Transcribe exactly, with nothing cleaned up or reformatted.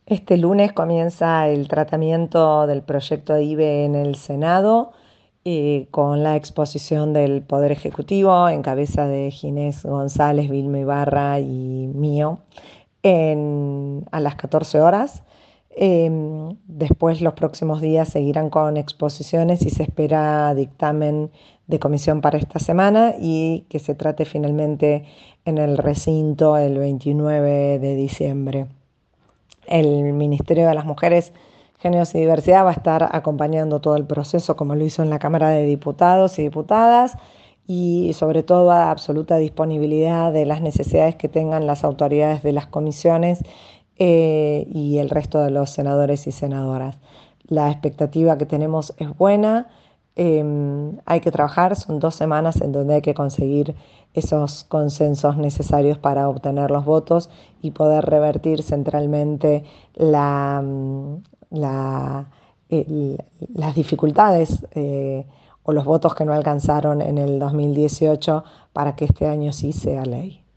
Este lunes comienza el tratamiento del proyecto de I B E en el Senado, eh, con la exposición del Poder Ejecutivo en cabeza de Ginés González, Vilma Ibarra y mío en- a las catorce horas. Em, después los próximos días seguirán con exposiciones y se espera dictamen de comisión para esta semana y que se trate finalmente en el recinto el veintinueve de diciembre. El Ministerio de las Mujeres, Géneros y Diversidad va a estar acompañando todo el proceso como lo hizo en la Cámara de Diputados y Diputadas y sobre todo a absoluta disponibilidad de las necesidades que tengan las autoridades de las comisiones eh, y el resto de los senadores y senadoras. La expectativa que tenemos es buena. Eh, hay que trabajar, son dos semanas en donde hay que conseguir esos consensos necesarios para obtener los votos y poder revertir centralmente la, mm, la, el- las dificultades eh, o los votos que no alcanzaron en el dos mil dieciocho para que este año sí sea ley.